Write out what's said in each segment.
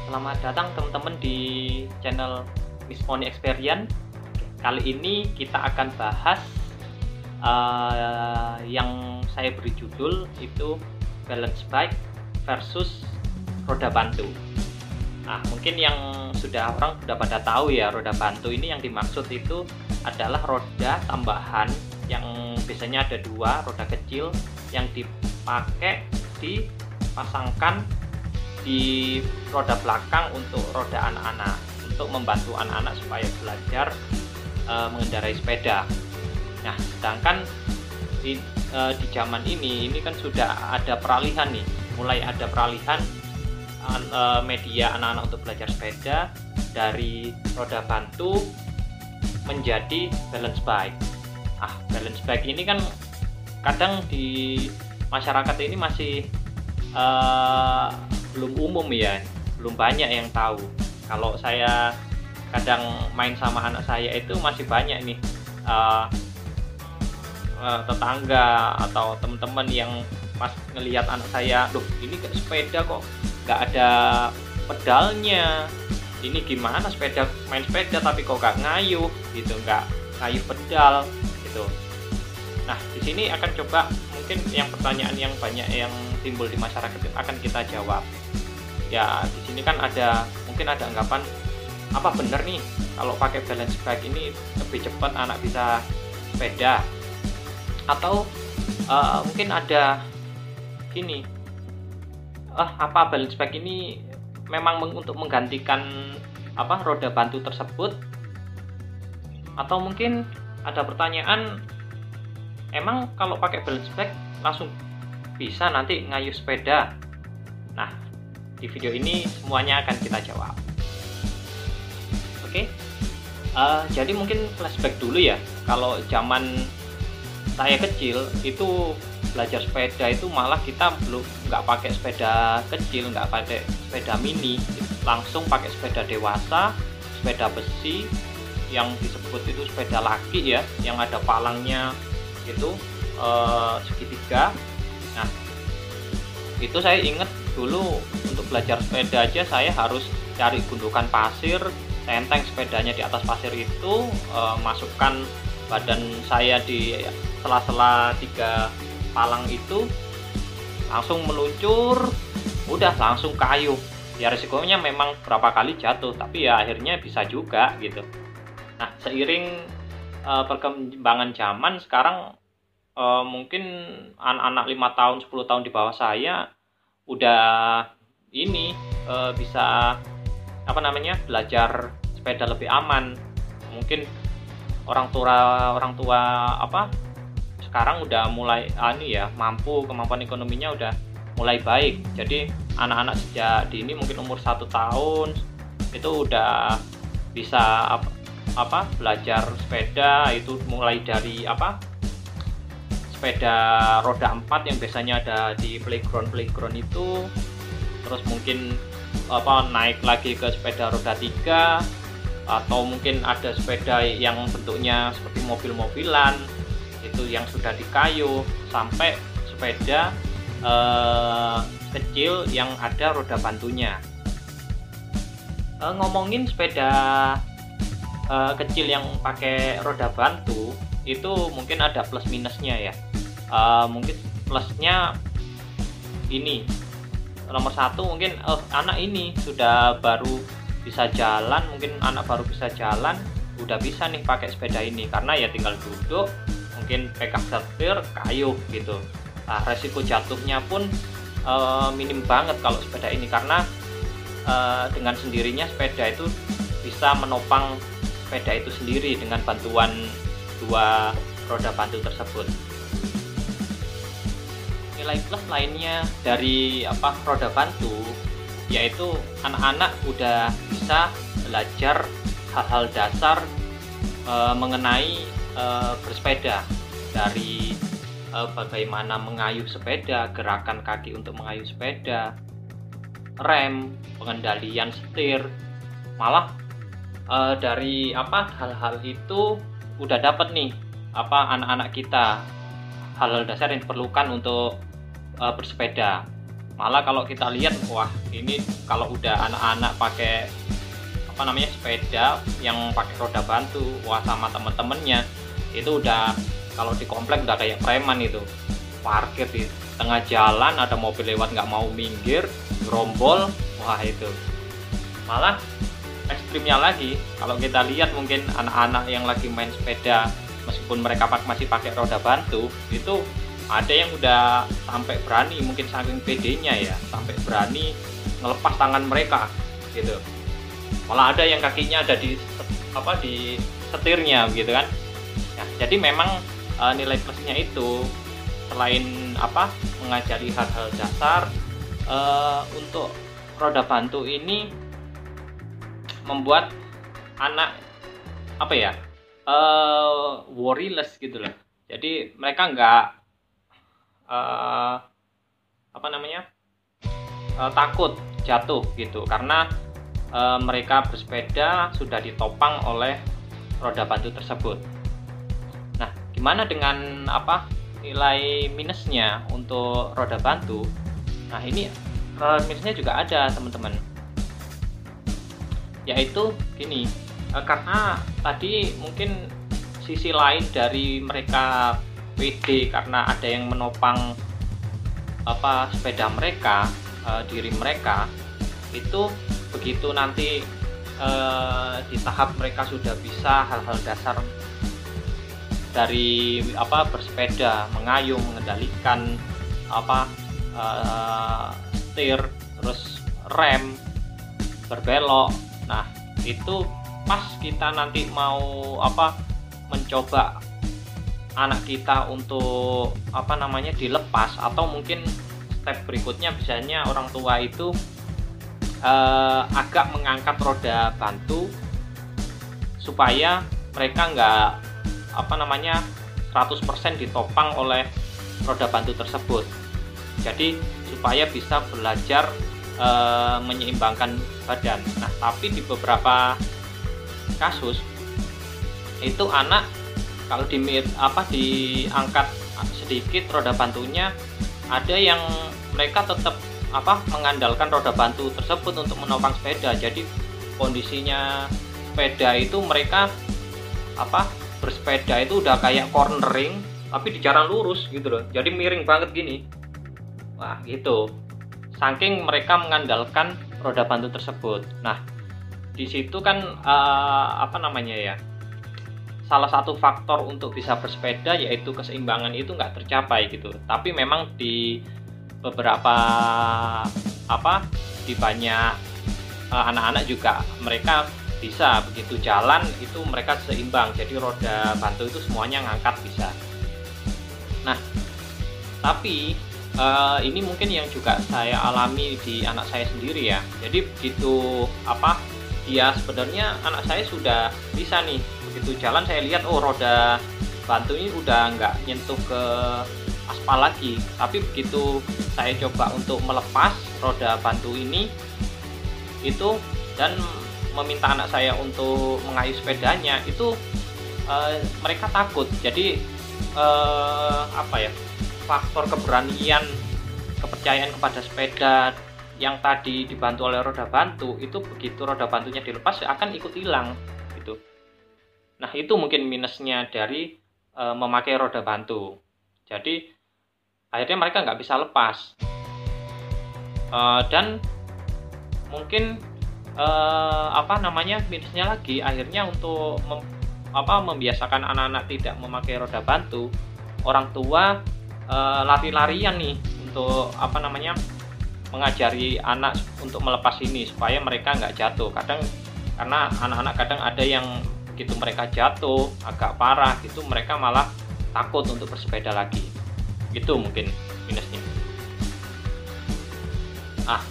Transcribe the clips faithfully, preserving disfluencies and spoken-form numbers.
Selamat datang teman-teman di channel Miss Moni Experience. Kali ini kita akan bahas uh, yang saya beri judul itu balance bike versus roda bantu. Nah, mungkin yang sudah orang sudah pada tahu ya, roda bantu ini yang dimaksud itu adalah roda tambahan yang biasanya ada dua, roda kecil yang dipakai dipasangkan di roda belakang untuk roda anak-anak, untuk membantu anak-anak supaya belajar e, mengendarai sepeda. Nah, sedangkan di, e, di zaman ini ini kan sudah ada peralihan nih, mulai ada peralihan e, media anak-anak untuk belajar sepeda dari roda bantu menjadi balance bike. Ah, balance bike ini kan kadang di masyarakat ini masih e, belum umum ya, belum banyak yang tahu. Kalau saya kadang main sama anak saya itu masih banyak nih uh, uh, tetangga atau teman-teman yang pas ngelihat anak saya, loh ini kayak sepeda kok nggak ada pedalnya, ini gimana sepeda, main sepeda tapi kok nggak ngayuh gitu, nggak ngayuh pedal gitu. Nah, di sini akan coba mungkin yang pertanyaan yang banyak yang timbul di masyarakat akan kita jawab. Ya, di sini kan ada mungkin ada anggapan, apa benar nih kalau pakai balance bike ini lebih cepat anak bisa sepeda? Atau uh, mungkin ada gini, ah apa balance bike ini memang untuk menggantikan apa roda bantu tersebut? Atau mungkin ada pertanyaan, emang kalau pakai balance bike langsung bisa nanti ngayuh sepeda? Nah, di video ini semuanya akan kita jawab. Oke, uh, jadi mungkin flashback dulu ya. Kalau zaman saya kecil itu belajar sepeda itu malah kita belum nggak pakai sepeda kecil, nggak pakai sepeda mini, langsung pakai sepeda dewasa, sepeda besi yang disebut itu sepeda laki ya, yang ada palangnya itu uh, segitiga. Nah, itu saya ingat dulu untuk belajar sepeda aja saya harus cari gundukan pasir, tenteng sepedanya di atas pasir itu, e, masukkan badan saya di sela-sela tiga palang itu, langsung meluncur, udah langsung kayuh. Ya resikonya memang berapa kali jatuh, tapi ya akhirnya bisa juga gitu. Nah, seiring e, perkembangan zaman sekarang, e, mungkin anak-anak lima tahun, sepuluh tahun di bawah saya udah ini e, bisa apa namanya belajar sepeda lebih aman. Mungkin orang tua orang tua apa sekarang udah mulai anu ya, mampu, kemampuan ekonominya udah mulai baik. Jadi anak-anak sejak dini mungkin umur satu tahun itu udah bisa apa, apa belajar sepeda, itu mulai dari apa sepeda roda empat yang biasanya ada di playground playground itu, terus mungkin apa naik lagi ke sepeda roda tiga, atau mungkin ada sepeda yang bentuknya seperti mobil-mobilan itu yang sudah dikayuh, sampai sepeda eh, kecil yang ada roda bantunya. Eh, ngomongin sepeda eh, kecil yang pakai roda bantu itu mungkin ada plus minusnya ya. Uh, mungkin plusnya ini, nomor satu mungkin uh, anak ini sudah baru bisa jalan, mungkin anak baru bisa jalan udah bisa nih pakai sepeda ini, karena ya tinggal duduk, mungkin pegang setir, kayuh gitu. Nah, resiko jatuhnya pun uh, minim banget kalau sepeda ini, karena uh, dengan sendirinya sepeda itu bisa menopang sepeda itu sendiri dengan bantuan dua roda bantu tersebut. Nilai plus lainnya dari apa roda bantu yaitu anak-anak udah bisa belajar hal-hal dasar e, mengenai e, bersepeda, dari e, bagaimana mengayuh sepeda, gerakan kaki untuk mengayuh sepeda, rem, pengendalian setir. Malah e, dari apa hal-hal itu udah dapat nih apa anak-anak kita hal-hal dasar yang diperlukan untuk uh, bersepeda. Malah kalau kita lihat, wah ini kalau udah anak-anak pakai apa namanya sepeda yang pakai roda bantu, wah sama temen-temennya itu udah, kalau di komplek udah kayak preman itu, parkir di tengah jalan, ada mobil lewat nggak mau minggir, gerombol, wah itu. Malah ekstrimnya lagi, kalau kita lihat mungkin anak-anak yang lagi main sepeda meskipun mereka masih pakai roda bantu, itu ada yang udah sampai berani, mungkin saking pedenya ya, sampai berani ngelepas tangan mereka gitu. Malah ada yang kakinya ada di apa di setirnya gitu kan. Nah, jadi memang e, nilai plusnya itu selain apa mengajari hal-hal dasar, e, untuk roda bantu ini membuat anak apa ya e, worryless gitu loh. Jadi mereka nggak Uh, apa namanya uh, takut jatuh gitu, karena uh, mereka bersepeda sudah ditopang oleh roda bantu tersebut. Nah, gimana dengan apa nilai minusnya untuk roda bantu? Nah, ini uh, minusnya juga ada teman-teman, yaitu gini, uh, karena tadi mungkin sisi lain dari mereka pede karena ada yang menopang apa sepeda mereka, e, diri mereka itu, begitu nanti e, di tahap mereka sudah bisa hal-hal dasar dari apa bersepeda, mengayuh, mengendalikan apa e, setir, terus rem, berbelok. Nah, itu pas kita nanti mau apa mencoba anak kita untuk apa namanya dilepas, atau mungkin step berikutnya biasanya orang tua itu eh, agak mengangkat roda bantu supaya mereka nggak apa namanya seratus persen ditopang oleh roda bantu tersebut. Jadi supaya bisa belajar eh, menyeimbangkan badan. Nah, tapi di beberapa kasus itu anak kalau di apa diangkat sedikit roda bantunya, ada yang mereka tetap apa mengandalkan roda bantu tersebut untuk menopang sepeda. Jadi kondisinya sepeda itu mereka apa bersepeda itu udah kayak cornering tapi di jalan lurus gitu loh. Jadi miring banget gini. Wah, gitu. Saking mereka mengandalkan roda bantu tersebut. Nah, di situ kan uh, apa namanya ya? Salah satu faktor untuk bisa bersepeda yaitu keseimbangan itu nggak tercapai gitu. Tapi memang di beberapa apa di banyak uh, anak-anak juga mereka bisa begitu jalan itu mereka seimbang. Jadi roda bantu itu semuanya ngangkat bisa. Nah, tapi uh, ini mungkin yang juga saya alami di anak saya sendiri ya. Jadi begitu apa dia sebenarnya anak saya sudah bisa nih, begitu jalan saya lihat oh roda bantu ini udah nggak nyentuh ke aspal lagi, tapi begitu saya coba untuk melepas roda bantu ini itu dan meminta anak saya untuk mengayuh sepedanya itu eh, mereka takut. Jadi eh, apa ya faktor keberanian, kepercayaan kepada sepeda yang tadi dibantu oleh roda bantu itu begitu roda bantunya dilepas akan ikut hilang gitu. Nah, itu mungkin minusnya dari e, memakai roda bantu. Jadi akhirnya mereka nggak bisa lepas e, dan mungkin e, apa namanya minusnya lagi akhirnya untuk mem, apa membiasakan anak-anak tidak memakai roda bantu, orang tua e, lari-larian nih untuk apa namanya mengajari anak untuk melepas ini supaya mereka nggak jatuh. Kadang karena anak-anak kadang ada yang begitu mereka jatuh agak parah gitu mereka malah takut untuk bersepeda lagi. Itu mungkin minusnya. Ah,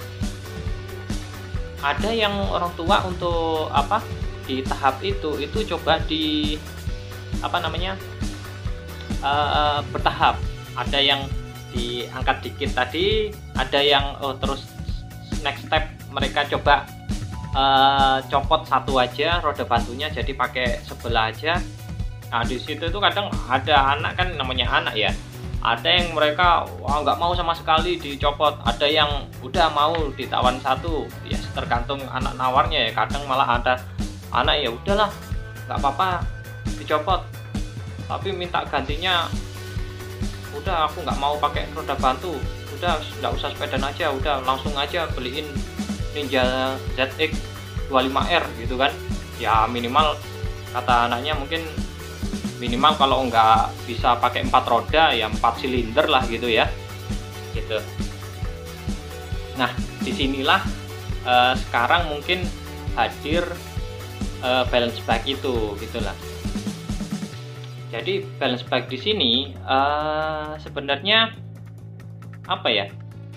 ada yang orang tua untuk apa di tahap itu itu coba di apa namanya uh, bertahap. Ada yang diangkat dikit tadi, ada yang oh terus next step mereka coba uh, copot satu aja roda bantunya jadi pakai sebelah aja. Nah, di situ itu kadang ada anak kan namanya anak ya, Ada yang mereka wah nggak mau sama sekali dicopot, ada yang udah mau ditawan satu, ya tergantung anak nawarnya ya. Kadang malah ada anak ya udahlah nggak apa-apa dicopot, tapi minta gantinya udah aku nggak mau pakai roda bantu, udah nggak usah sepeda aja, udah langsung aja beliin Ninja Z X dua puluh lima R gitu kan. Ya minimal kata anaknya mungkin minimal kalau nggak bisa pakai empat roda ya empat silinder lah gitu ya gitu. Nah disinilah eh, sekarang mungkin hadir eh, balance bike itu gitulah. Jadi balance bike di sini eh, sebenarnya apa ya,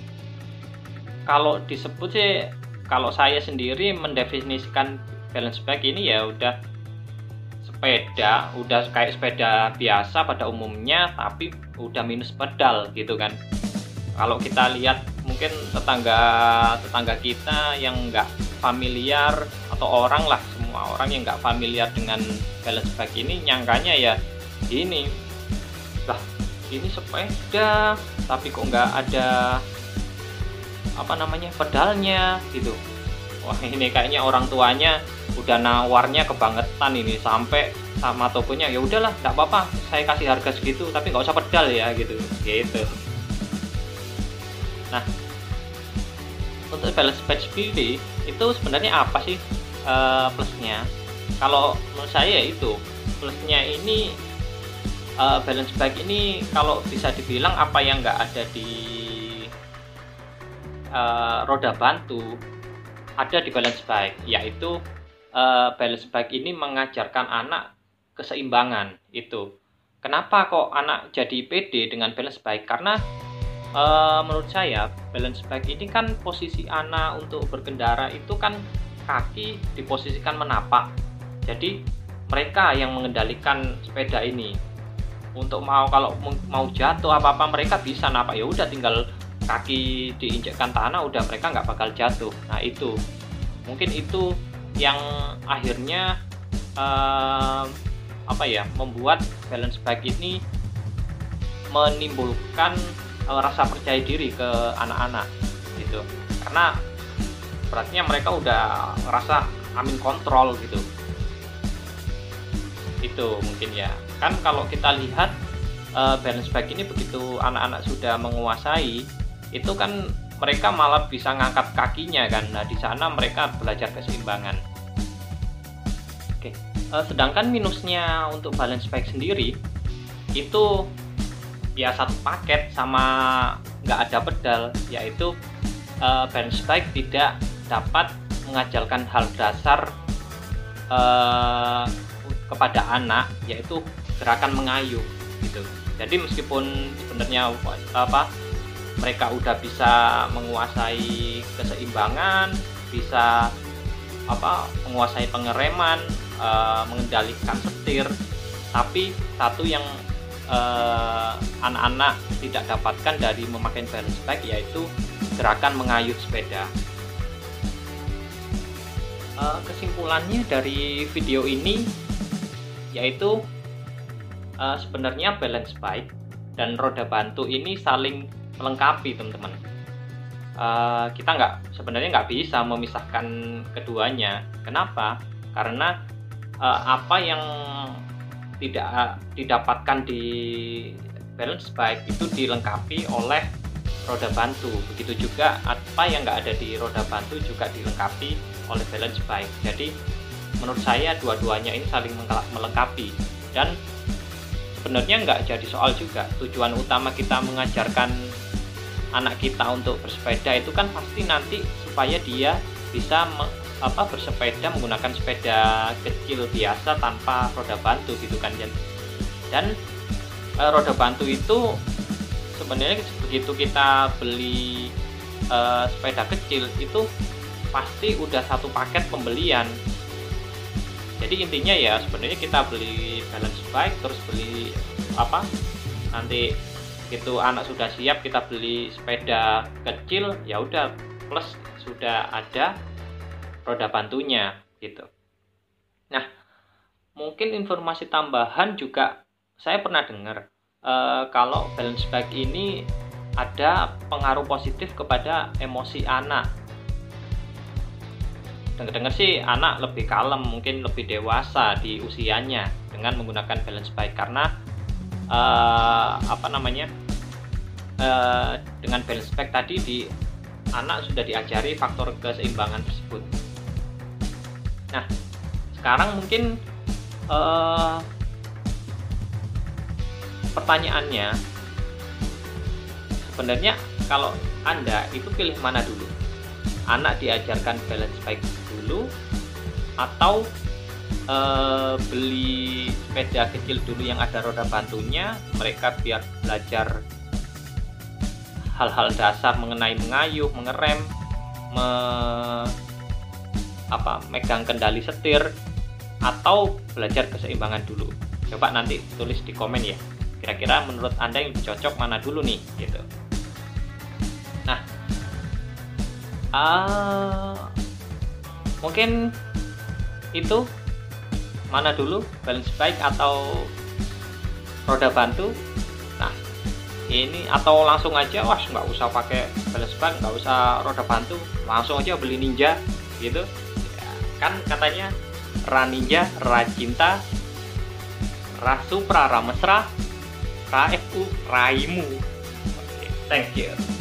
kalau disebut sih, kalau saya sendiri mendefinisikan balance bike ini ya udah sepeda, udah kayak sepeda biasa pada umumnya tapi udah minus pedal gitu kan. Kalau kita lihat mungkin tetangga tetangga kita yang nggak familiar, atau orang lah, semua orang yang nggak familiar dengan balance bike ini nyangkanya ya ini, lah ini sepeda tapi kok nggak ada apa namanya pedalnya gitu. Wah ini kayaknya orang tuanya udah nawarnya kebangetan ini, sampai sama tokonya ya udahlah nggak apa-apa saya kasih harga segitu tapi nggak usah pedal ya gitu gitu. Nah untuk balance bike sendiri itu sebenarnya apa sih e, plusnya? Kalau menurut saya itu plusnya ini e, balance bike ini kalau bisa dibilang apa yang nggak ada di e, roda bantu ada di balance bike, yaitu uh, balance bike ini mengajarkan anak keseimbangan itu. Kenapa kok anak jadi pede dengan balance bike? Karena uh, menurut saya balance bike ini kan posisi anak untuk berkendara itu kan kaki diposisikan menapak. Jadi mereka yang mengendalikan sepeda ini. Untuk mau kalau mau jatuh apa-apa mereka bisa napak, ya udah tinggal kaki diinjekkan tanah udah mereka nggak bakal jatuh. Nah itu mungkin itu yang akhirnya eh, apa ya membuat balance bike ini menimbulkan eh, rasa percaya diri ke anak-anak gitu, karena beratnya mereka udah ngerasa amin kontrol gitu. Itu mungkin ya kan kalau kita lihat eh, balance bike ini begitu anak-anak sudah menguasai itu kan mereka malah bisa ngangkat kakinya kan. Nah di sana mereka belajar keseimbangan. Oke, eh, sedangkan minusnya untuk balance bike sendiri itu ya satu paket sama nggak ada pedal, yaitu eh, balance bike tidak dapat mengajarkan hal dasar eh, kepada anak, yaitu gerakan mengayuh gitu. Jadi meskipun sebenarnya apa mereka udah bisa menguasai keseimbangan, bisa apa menguasai pengereman, e, mengendalikan setir, tapi satu yang anak-anak e, tidak dapatkan dari memakai balance bike yaitu gerakan mengayuh sepeda. E, kesimpulannya dari video ini yaitu e, sebenarnya balance bike dan roda bantu ini saling melengkapi teman-teman. Uh, kita nggak sebenarnya nggak bisa memisahkan keduanya. Kenapa? Karena uh, apa yang tidak didapatkan di balance bike itu dilengkapi oleh roda bantu. Begitu juga apa yang nggak ada di roda bantu juga dilengkapi oleh balance bike. Jadi menurut saya dua-duanya ini saling melengkapi, dan sebenarnya nggak jadi soal juga. Tujuan utama kita mengajarkan anak kita untuk bersepeda itu kan pasti nanti supaya dia bisa me, apa bersepeda menggunakan sepeda kecil biasa tanpa roda bantu gitu kan. Dan e, roda bantu itu sebenarnya begitu kita beli e, sepeda kecil itu pasti udah satu paket pembelian. Jadi intinya ya sebenarnya kita beli balance bike terus beli apa nanti itu anak sudah siap kita beli sepeda kecil, ya udah plus sudah ada roda bantunya gitu. Nah mungkin informasi tambahan juga saya pernah dengar uh, kalau balance bike ini ada pengaruh positif kepada emosi anak. Dengar-dengar sih anak lebih kalem, mungkin lebih dewasa di usianya dengan menggunakan balance bike, karena uh, apa namanya uh, dengan balance bike tadi di anak sudah diajari faktor keseimbangan tersebut. Nah, sekarang mungkin uh, pertanyaannya, sebenarnya kalau Anda itu pilih mana dulu? Anak diajarkan balance bike dulu atau uh, beli sepeda kecil dulu yang ada roda bantunya, mereka biar belajar hal-hal dasar mengenai mengayuh, mengerem, me, apa, megang kendali setir, atau belajar keseimbangan dulu. Coba nanti tulis di komen ya, kira-kira menurut Anda yang lebih cocok mana dulu nih gitu. Nah, uh, mungkin itu mana dulu, balance bike atau roda bantu. Nah, ini atau langsung aja, wah nggak usah pakai balance bike, nggak usah roda bantu, langsung aja beli Ninja gitu ya, kan katanya Ra Ninja, Ra Cinta, Ra Supra, Ra Mesra, Ra F U, Raimu. Okay, thank you.